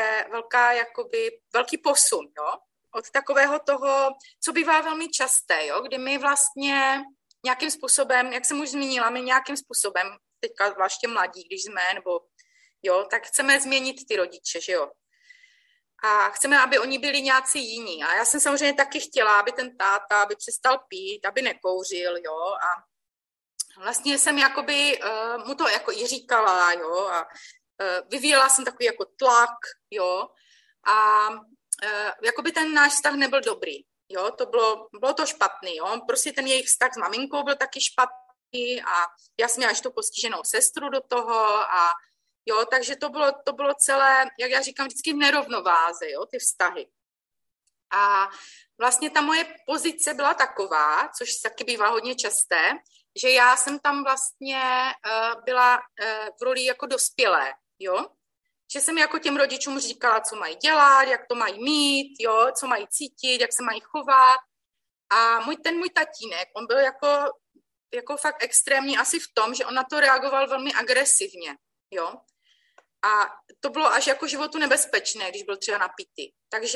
velký posun, jo, od takového toho, co bývá velmi časté, jo, kdy my vlastně nějakým způsobem, jak jsem už zmínila, my nějakým způsobem, teďka zvláště mladí, když jsme, nebo jo, tak chceme změnit ty rodiče, že jo. A chceme, aby oni byli nějací jiní. A já jsem samozřejmě taky chtěla, aby ten táta, aby přestal pít, aby nekouřil, jo. A vlastně jsem jakoby mu to jako i říkala, jo. A vyvíjela jsem takový jako tlak, jo. A jakoby ten náš vztah nebyl dobrý, jo. Bylo to špatný, jo. Prostě ten jejich vztah s maminkou byl taky špatný a já jsem měla ještě tu postiženou sestru do toho a jo, takže to bylo celé, jak já říkám, vždycky v nerovnováze, jo, ty vztahy. A vlastně ta moje pozice byla taková, což taky bývá hodně časté, že já jsem tam vlastně byla v roli jako dospělé, jo, že jsem jako těm rodičům říkala, co mají dělat, jak to mají mít, jo, co mají cítit, jak se mají chovat. A ten můj tatínek, on byl jako fakt extrémní asi v tom, že on na to reagoval velmi agresivně, jo. A to bylo až jako životu nebezpečné, když byl třeba napitý.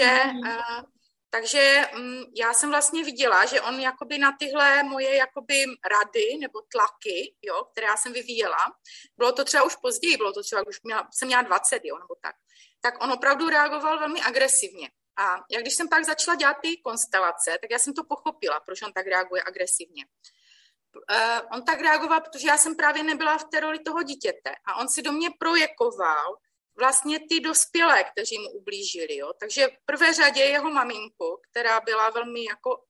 Takže já jsem vlastně viděla, že on jakoby na tyhle moje jakoby rady nebo tlaky, jo, které já jsem vyvíjela, bylo to třeba už později, bylo to třeba, už jsem měla 20, jo, nebo tak on opravdu reagoval velmi agresivně. A jak když jsem pak začala dělat ty konstelace, tak já jsem to pochopila, proč on tak reaguje agresivně. On tak reagoval, protože já jsem právě nebyla v té roli toho dítěte a on si do mě projekoval vlastně ty dospělé, kteří mu ublížili. Jo? Takže v prvé řadě jeho maminku, která byla velmi jako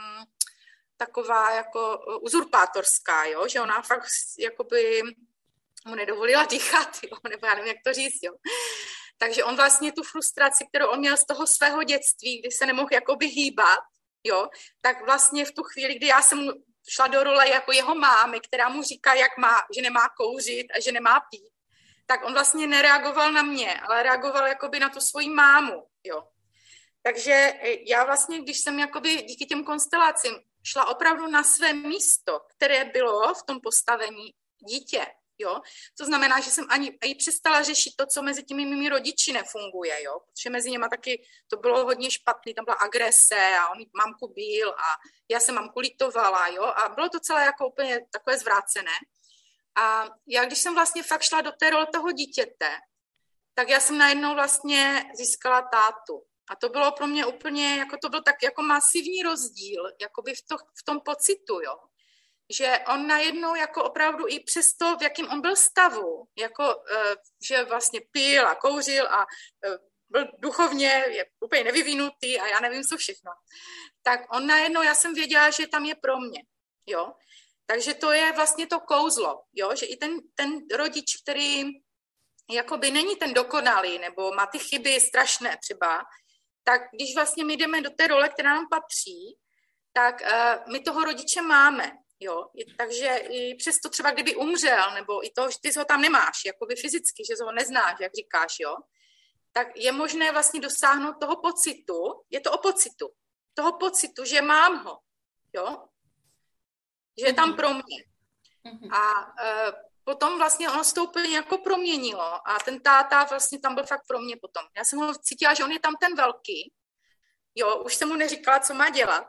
taková jako uzurpátorská, jo? Že ona fakt jakoby mu nedovolila dýchat, jo? Nebo já nevím, jak to říct. Jo? Takže on vlastně tu frustraci, kterou on měl z toho svého dětství, kdy se nemohl jakoby hýbat, jo? Tak vlastně v tu chvíli, kdy já jsem šla do role jako jeho mámy, která mu říká, jak má, že nemá kouřit a že nemá pít, tak on vlastně nereagoval na mě, ale reagoval jakoby na tu svoji mámu, jo. Takže já vlastně, když jsem jakoby díky těm konstelacím šla opravdu na své místo, které bylo v tom postavení dítě, jo. To znamená, že jsem ani přestala řešit to, co mezi těmi mými rodiči nefunguje, jo. Protože mezi něma taky to bylo hodně špatný, tam byla agrese a on mamku byl a já jsem mamku litovala, jo. A bylo to celé jako úplně takové zvrácené. A já, když jsem vlastně fakt šla do té role toho dítěte, tak já jsem najednou vlastně získala tátu. A to bylo pro mě úplně, jako to byl tak jako masivní rozdíl, jakoby v tom pocitu, jo. Že on najednou jako opravdu i přes to, v jakém on byl stavu, jako, že vlastně pil a kouřil a byl duchovně úplně nevyvinutý a já nevím co všechno. Tak on najednou, já jsem věděla, že tam je pro mě, jo. Takže to je vlastně to kouzlo, jo? Že i ten rodič, který jakoby není ten dokonalý, nebo má ty chyby strašné třeba, tak když vlastně my jdeme do té role, která nám patří, tak my toho rodiče máme, jo? Takže i přesto třeba kdyby umřel, nebo i to, že ty ho tam nemáš, jakoby fyzicky, že ho neznáš, jak říkáš, jo? Tak je možné vlastně dosáhnout toho pocitu, je to o pocitu, toho pocitu, že mám ho, jo? Že je tam pro mě. A potom vlastně ono se to úplně jako proměnilo a ten táta vlastně tam byl fakt pro mě potom. Já jsem ho cítila, že on je tam ten velký. Jo, už jsem mu neříkala, co má dělat.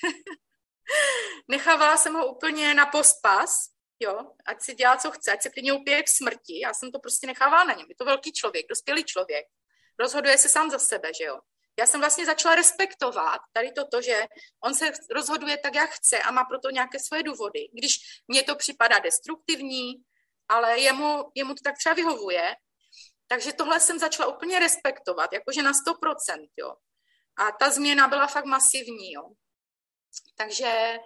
Nechávala jsem ho úplně na pospas, jo, ať si dělá, co chce, ať se klidně upije k smrti. Já jsem to prostě nechávala na něm. Je to velký člověk, dospělý člověk. Rozhoduje se sám za sebe, že jo. Já jsem vlastně začala respektovat tady toto, že on se rozhoduje tak, jak chce a má proto nějaké svoje důvody. Když mně to připadá destruktivní, ale jemu to tak třeba vyhovuje. Takže tohle jsem začala úplně respektovat, jakože na 100%, jo. A ta změna byla fakt masivní, jo. Takže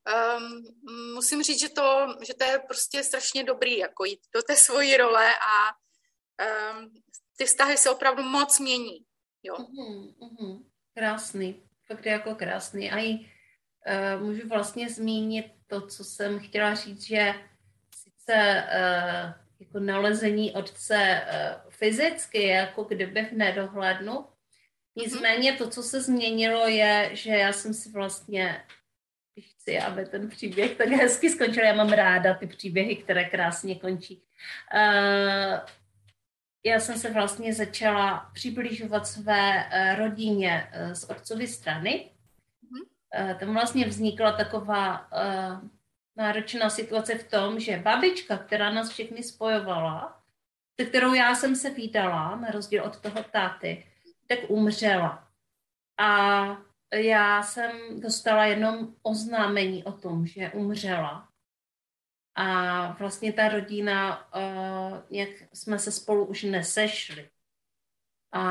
musím říct, že to je prostě strašně dobrý, jako jít do té svojí role a ty vztahy se opravdu moc mění. Jo. Krásný, fakt je jako krásný. A můžu vlastně zmínit to, co jsem chtěla říct, že sice jako nalezení otce fyzicky, jako kdyby v nedohlednu, nicméně to, co se změnilo, je, že já jsem si vlastně, když chci, aby ten příběh tak hezky skončil, já mám ráda ty příběhy, které krásně končí. Já jsem se vlastně začala přibližovat své rodině z otcovy strany. Tam vlastně vznikla taková náročná situace v tom, že babička, která nás všechny spojovala, se kterou já jsem se vídala, na rozdíl od toho táty, tak umřela. A já jsem dostala jenom oznámení o tom, že umřela. A vlastně ta rodina, jak jsme se spolu už nesešli. A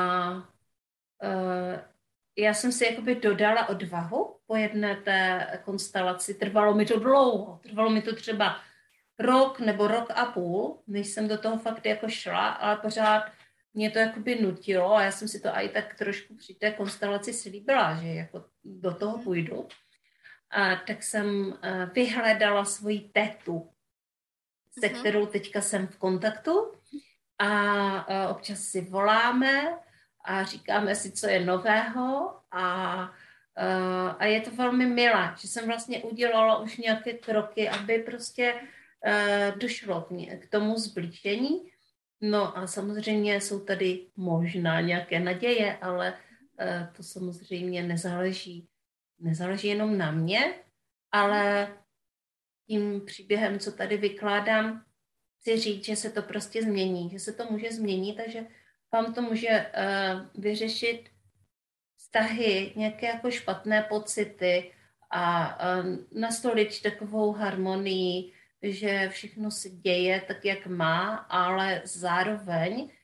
já jsem si jakoby dodala odvahu po jedné té konstelaci. Trvalo mi to dlouho. Trvalo mi to třeba rok nebo rok a půl, než jsem do toho fakt jako šla, ale pořád mě to jakoby nutilo a já jsem si to i tak trošku při té konstelaci slíbila, že jako do toho půjdu. A tak jsem vyhledala svoji tetu, se kterou teďka jsem v kontaktu a občas si voláme a říkáme si, co je nového a je to velmi milé, že jsem vlastně udělala už nějaké kroky, aby prostě došlo k tomu zblížení. No a samozřejmě jsou tady možná nějaké naděje, ale to samozřejmě nezáleží jenom na mě, ale tím příběhem, co tady vykládám, chci říct, že se to prostě změní, že se to může změnit, takže vám to může vyřešit vztahy, nějaké jako špatné pocity a nastolit takovou harmonii, že všechno se děje tak, jak má, ale zároveň,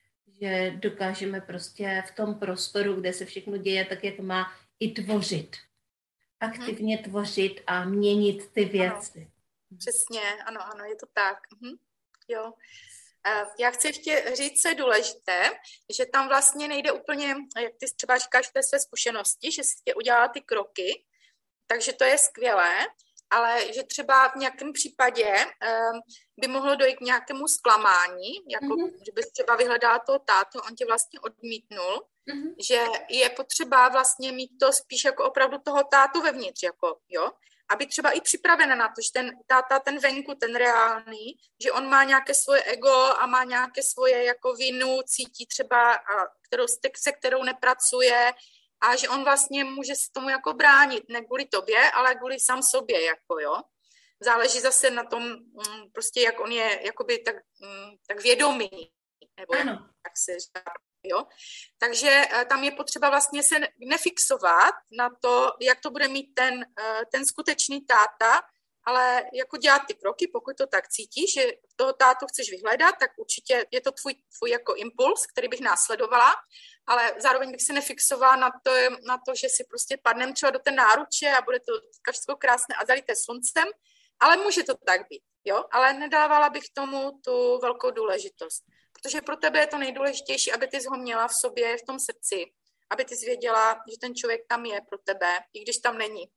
že dokážeme prostě v tom prostoru, kde se všechno děje tak, jak má, i tvořit. Aktivně tvořit a měnit ty věci. Ano, přesně, ano, je to tak. Jo. Já chci ještě říct, co je důležité, že tam vlastně nejde úplně, jak ty třeba říkáš v té své zkušenosti, že si udělala ty kroky, takže to je skvělé, ale že třeba v nějakém případě by mohlo dojít k nějakému zklamání, jako že bys třeba vyhledala toho tátu, on tě vlastně odmítnul, že je potřeba vlastně mít to spíš jako opravdu toho tátu vevnitř, jako, jo, aby třeba i připravena na to, že ten táta, ten venku, ten reálný, že on má nějaké svoje ego a má nějaké svoje jako vinu, cítí třeba, se kterou nepracuje, a že on vlastně může se tomu jako bránit, ne kvůli tobě, ale kvůli sám sobě, jako jo. Záleží zase na tom, prostě jak on je jakoby tak vědomý, nebo jak se říká, jo. Takže tam je potřeba vlastně se nefixovat na to, jak to bude mít ten skutečný táta, ale jako dělat ty kroky, pokud to tak cítíš, že toho tátu chceš vyhledat, tak určitě je to tvůj jako impuls, který bych následovala, ale zároveň bych se nefixovala na to, že si prostě padnem třeba do té náruče a bude to všechno krásné a zalité sluncem, ale může to tak být, jo, ale nedávala bych tomu tu velkou důležitost, protože pro tebe je to nejdůležitější, aby ty ho měla v sobě, v tom srdci, aby ty věděla, že ten člověk tam je pro tebe, i když tam není.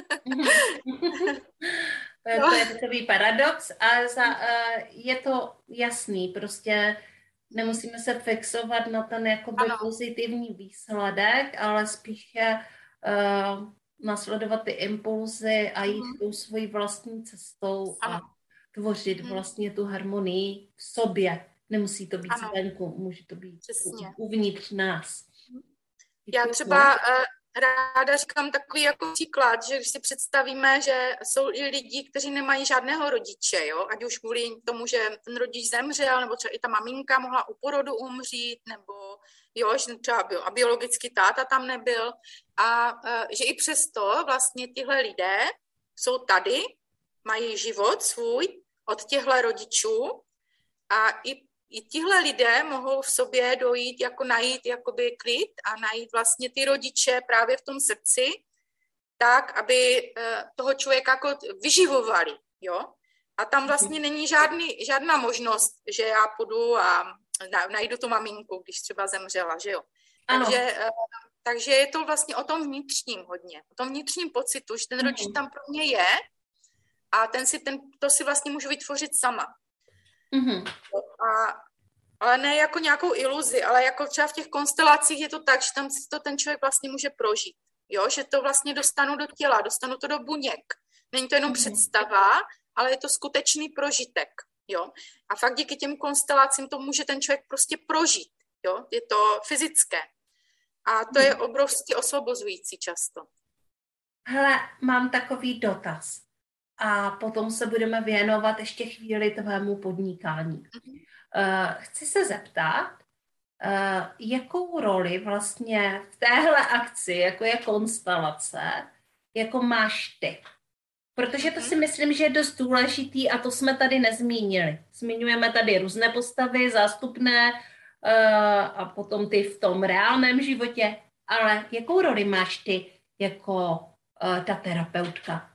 To je takový paradox, ale je to jasný, prostě nemusíme se fixovat na ten jakoby pozitivní výsledek, ale spíše nasledovat ty impulzy a jít tou svojí vlastní cestou a tvořit vlastně tu harmonii v sobě. Nemusí to být zvenku, může to být uvnitř nás. Já třeba ráda říkám takový jako příklad, že když si představíme, že jsou lidi, kteří nemají žádného rodiče, jo? Ať už kvůli tomu, že ten rodič zemřel, nebo třeba i ta maminka mohla u porodu umřít, nebo jo, že třeba a biologický táta tam nebyl. A že i přesto vlastně tihle lidé jsou tady, mají život svůj od těchto rodičů a i tihle lidé mohou v sobě dojít, jako najít jakoby klid a najít vlastně ty rodiče právě v tom srdci, tak, aby toho člověka jako vyživovali, jo. A tam vlastně není žádná možnost, že já půjdu a najdu tu maminku, když třeba zemřela, že jo. Takže je to vlastně o tom vnitřním hodně, o tom vnitřním pocitu, že ten rodič tam pro mě je a to si vlastně můžu vytvořit sama. Ale ne jako nějakou iluzi, ale jako třeba v těch konstelacích je to tak, že tam si to ten člověk vlastně může prožít. Jo? Že to vlastně dostanu do těla, dostanu to do buněk. Není to jenom představa, ale je to skutečný prožitek. Jo? A fakt díky těm konstelacím to může ten člověk prostě prožít. Jo? Je to fyzické. A to je obrovsky osvobozující často. Hele, mám takový dotaz. A potom se budeme věnovat ještě chvíli tvému podnikání. Chci se zeptat, jakou roli vlastně v téhle akci, jako je konstelace, jako máš ty? Protože to si myslím, že je dost důležitý a to jsme tady nezmínili. Zmiňujeme tady různé postavy, zástupné a potom ty v tom reálném životě, ale jakou roli máš ty jako ta terapeutka?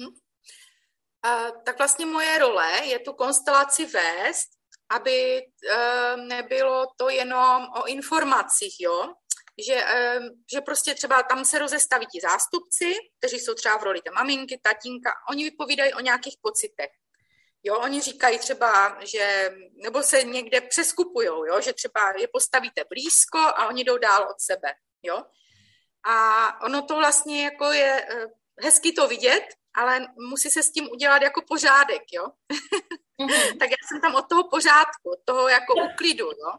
Tak vlastně moje role je tu konstelaci vést, aby nebylo to jenom o informacích, jo? Že prostě třeba tam se rozestaví ti zástupci, kteří jsou třeba v roli té maminky, tatínka, oni vypovídají o nějakých pocitech. Jo, oni říkají třeba, že, nebo se někde přeskupujou, jo? Že třeba je postavíte blízko a oni jdou dál od sebe, jo? A ono to vlastně jako je hezky to vidět, ale musí se s tím udělat jako pořádek, jo. Tak já jsem tam od toho pořádku, od toho jako uklidu, jo.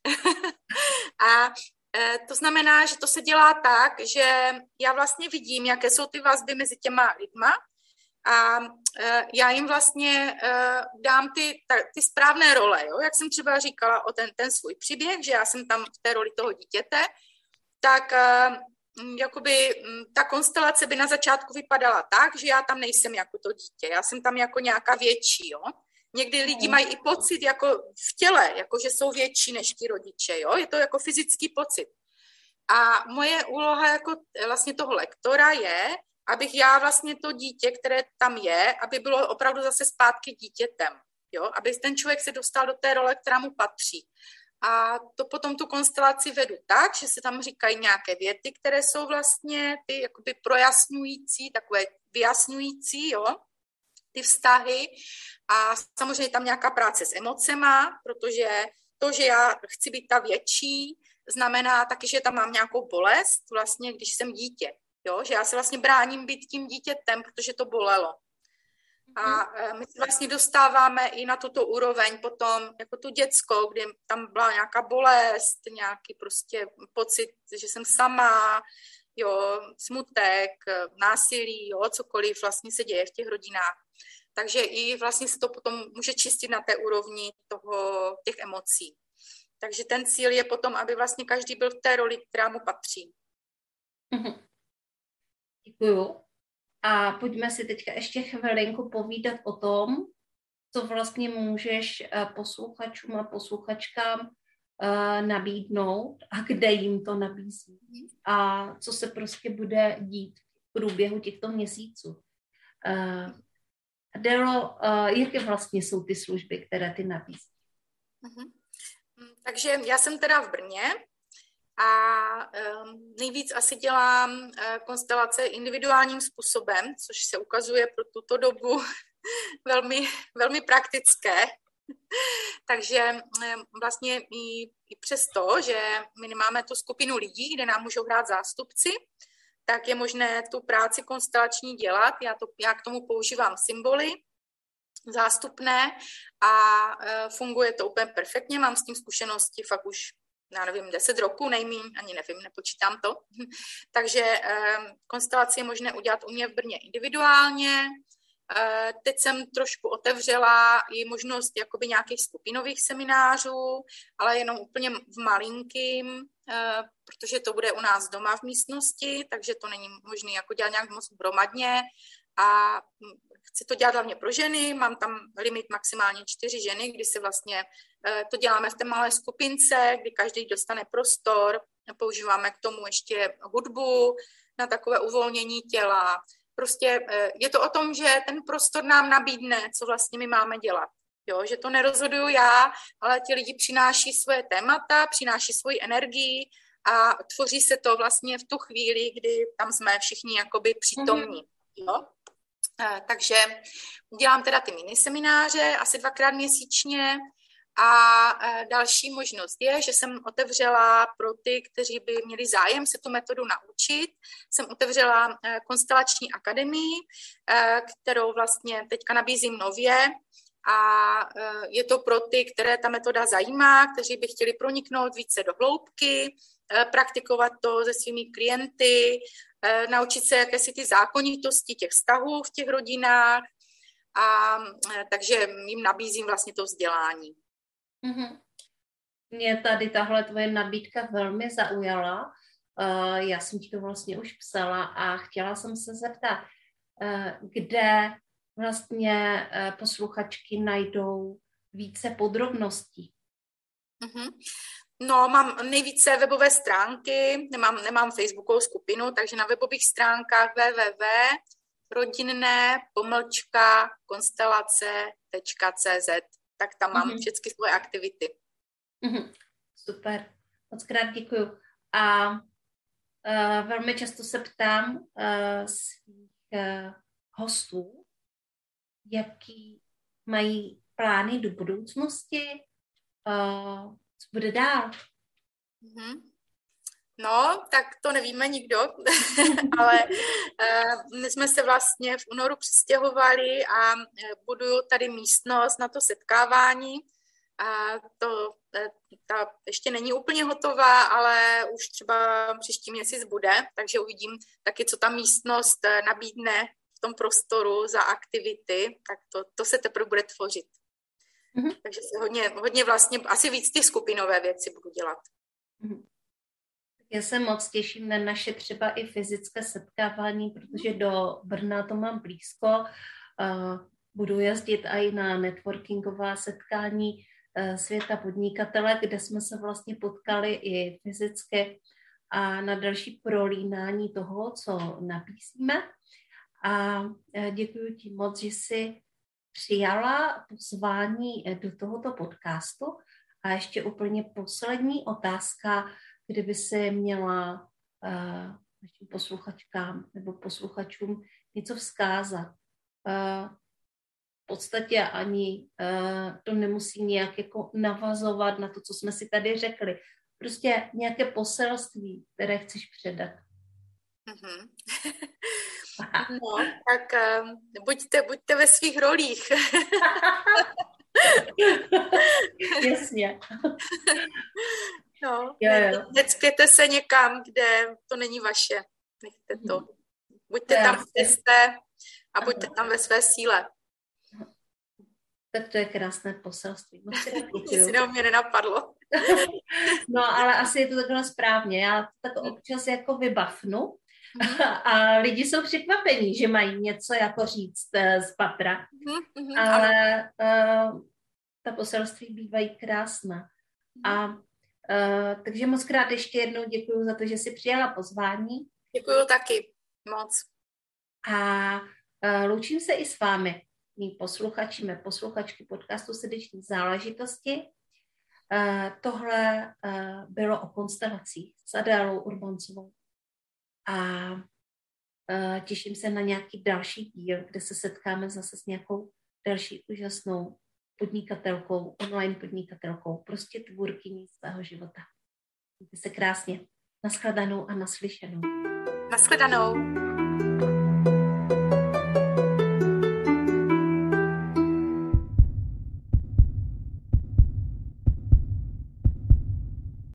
A to znamená, že to se dělá tak, že já vlastně vidím, jaké jsou ty vazby mezi těma lidma a já jim vlastně dám ty správné role, jo. Jak jsem třeba říkala o ten svůj příběh, že já jsem tam v té roli toho dítěte, tak jakoby ta konstelace by na začátku vypadala tak, že já tam nejsem jako to dítě, já jsem tam jako nějaká větší, jo. Někdy lidi mají i pocit jako v těle, jako že jsou větší než ti rodiče, jo? Je to jako fyzický pocit. A moje úloha jako vlastně toho lektora je, abych já vlastně to dítě, které tam je, aby bylo opravdu zase zpátky dítětem, jo? Aby ten člověk se dostal do té role, která mu patří. A to potom tu konstelaci vedu tak, že se tam říkají nějaké věty, které jsou vlastně ty jakoby projasňující, takové vyjasňující, jo? Ty vztahy. A samozřejmě tam nějaká práce s emocema, protože to, že já chci být ta větší, znamená taky, že tam mám nějakou bolest, vlastně, když jsem dítě. Jo? Že já se vlastně bráním být tím dítětem, protože to bolelo. A my se vlastně dostáváme i na tuto úroveň potom jako tu dětskou, kdy tam byla nějaká bolest, nějaký prostě pocit, že jsem sama, jo, smutek, násilí, jo, cokoliv vlastně se děje v těch rodinách. Takže i vlastně se to potom může čistit na té úrovni těch emocí. Takže ten cíl je potom, aby vlastně každý byl v té roli, která mu patří. Děkuju. A pojďme si teďka ještě chvilinku povídat o tom, co vlastně můžeš posluchačům a posluchačkám nabídnout a kde jim to nabízí. A co se prostě bude dít v průběhu těchto měsíců. Adélo, jaké vlastně jsou ty služby, které ty nabízí? Takže já jsem teda v Brně a nejvíc asi dělám konstelace individuálním způsobem, což se ukazuje pro tuto dobu velmi, velmi praktické. Takže vlastně i přesto, že my nemáme tu skupinu lidí, kde nám můžou hrát zástupci, tak je možné tu práci konstelační dělat. Já k tomu používám symboly zástupné a funguje to úplně perfektně. Mám s tím zkušenosti fakt už, já nevím, 10 roků, nejmíň, ani nevím, nepočítám to. Takže konstelaci je možné udělat u mě v Brně individuálně. Teď jsem trošku otevřela i možnost jakoby nějakých skupinových seminářů, ale jenom úplně v malinkým, protože to bude u nás doma v místnosti, takže to není možné jako dělat nějak moc hromadně a chci to dělat hlavně pro ženy, mám tam limit maximálně 4 ženy, kdy si vlastně to děláme v té malé skupince, kdy každý dostane prostor, používáme k tomu ještě hudbu na takové uvolnění těla. Prostě je to o tom, že ten prostor nám nabídne, co vlastně my máme dělat. Jo? Že to nerozhoduju já, ale ti lidi přináší svoje témata, přináší svoji energii a tvoří se to vlastně v tu chvíli, kdy tam jsme všichni jakoby přítomní. Jo? Takže dělám teda ty minisemináře asi 2krát měsíčně a další možnost je, že jsem otevřela pro ty, kteří by měli zájem se tu metodu naučit, jsem otevřela konstelační akademii, kterou vlastně teďka nabízím nově a je to pro ty, které ta metoda zajímá, kteří by chtěli proniknout více do hloubky, praktikovat to se svými klienty, naučit se jakési ty zákonitosti těch vztahů v těch rodinách a takže jim nabízím vlastně to vzdělání. Mě tady tahle tvoje nabídka velmi zaujala. Já jsem ti to vlastně už psala a chtěla jsem se zeptat, kde vlastně posluchačky najdou více podrobností. No, mám nejvíce webové stránky, nemám facebookovou skupinu, takže na webových stránkách www.rodinné-konstelace.cz, tak tam mám všechny svoje aktivity. Super, moc krát děkuju. A velmi často se ptám svých hostů, jaký mají plány do budoucnosti, co bude dál. No, tak to nevíme nikdo, ale my jsme se vlastně v únoru přistěhovali a buduju tady místnost na to setkávání. Ta ještě není úplně hotová, ale už třeba příští měsíc bude, takže uvidím taky, co ta místnost nabídne v tom prostoru za aktivity, tak to se teprve bude tvořit. Takže se hodně vlastně, asi víc ty skupinové věci budu dělat. Já se moc těším na naše třeba i fyzické setkávání, protože do Brna to mám blízko. budu jezdit i na networkingová setkání světa podnikatele, kde jsme se vlastně potkali i fyzicky a na další prolínání toho, co nabízíme. A děkuji ti moc, že jsi přijala pozvání do tohoto podcastu. A ještě úplně poslední otázka, kdyby si měla našim posluchačkám nebo posluchačům něco vzkázat. V podstatě ani to nemusí nějak jako navazovat na to, co jsme si tady řekli. Prostě nějaké poselství, které chceš předat. Mm-hmm. No, tak buďte ve svých rolích. Jasně. No, necpěte se někam, kde to není vaše. Nechte to. Buďte tam, kde jste a buďte tam ve své síle. Tak to je krásné poselství. Nic jiného mě nenapadlo. No, ale asi je to takhle správně. Já to tak občas jako vybafnu a lidi jsou překvapení, že mají něco jako říct z patra. Ale ta poselství bývají krásná. A takže moc krát ještě jednou děkuju za to, že jsi přijala pozvání. Děkuju taky moc. A loučím se i s vámi, mý posluchačky podcastu Srdeční záležitosti. Tohle bylo o konstelacích s Adélou Urbancovou. A těším se na nějaký další díl, kde se setkáme zase s nějakou další úžasnou podnikatelkou, online podnikatelkou, prostě tvůrkyní svého života. Mějte se krásně. Nashledanou a naslyšenou. Nashledanou.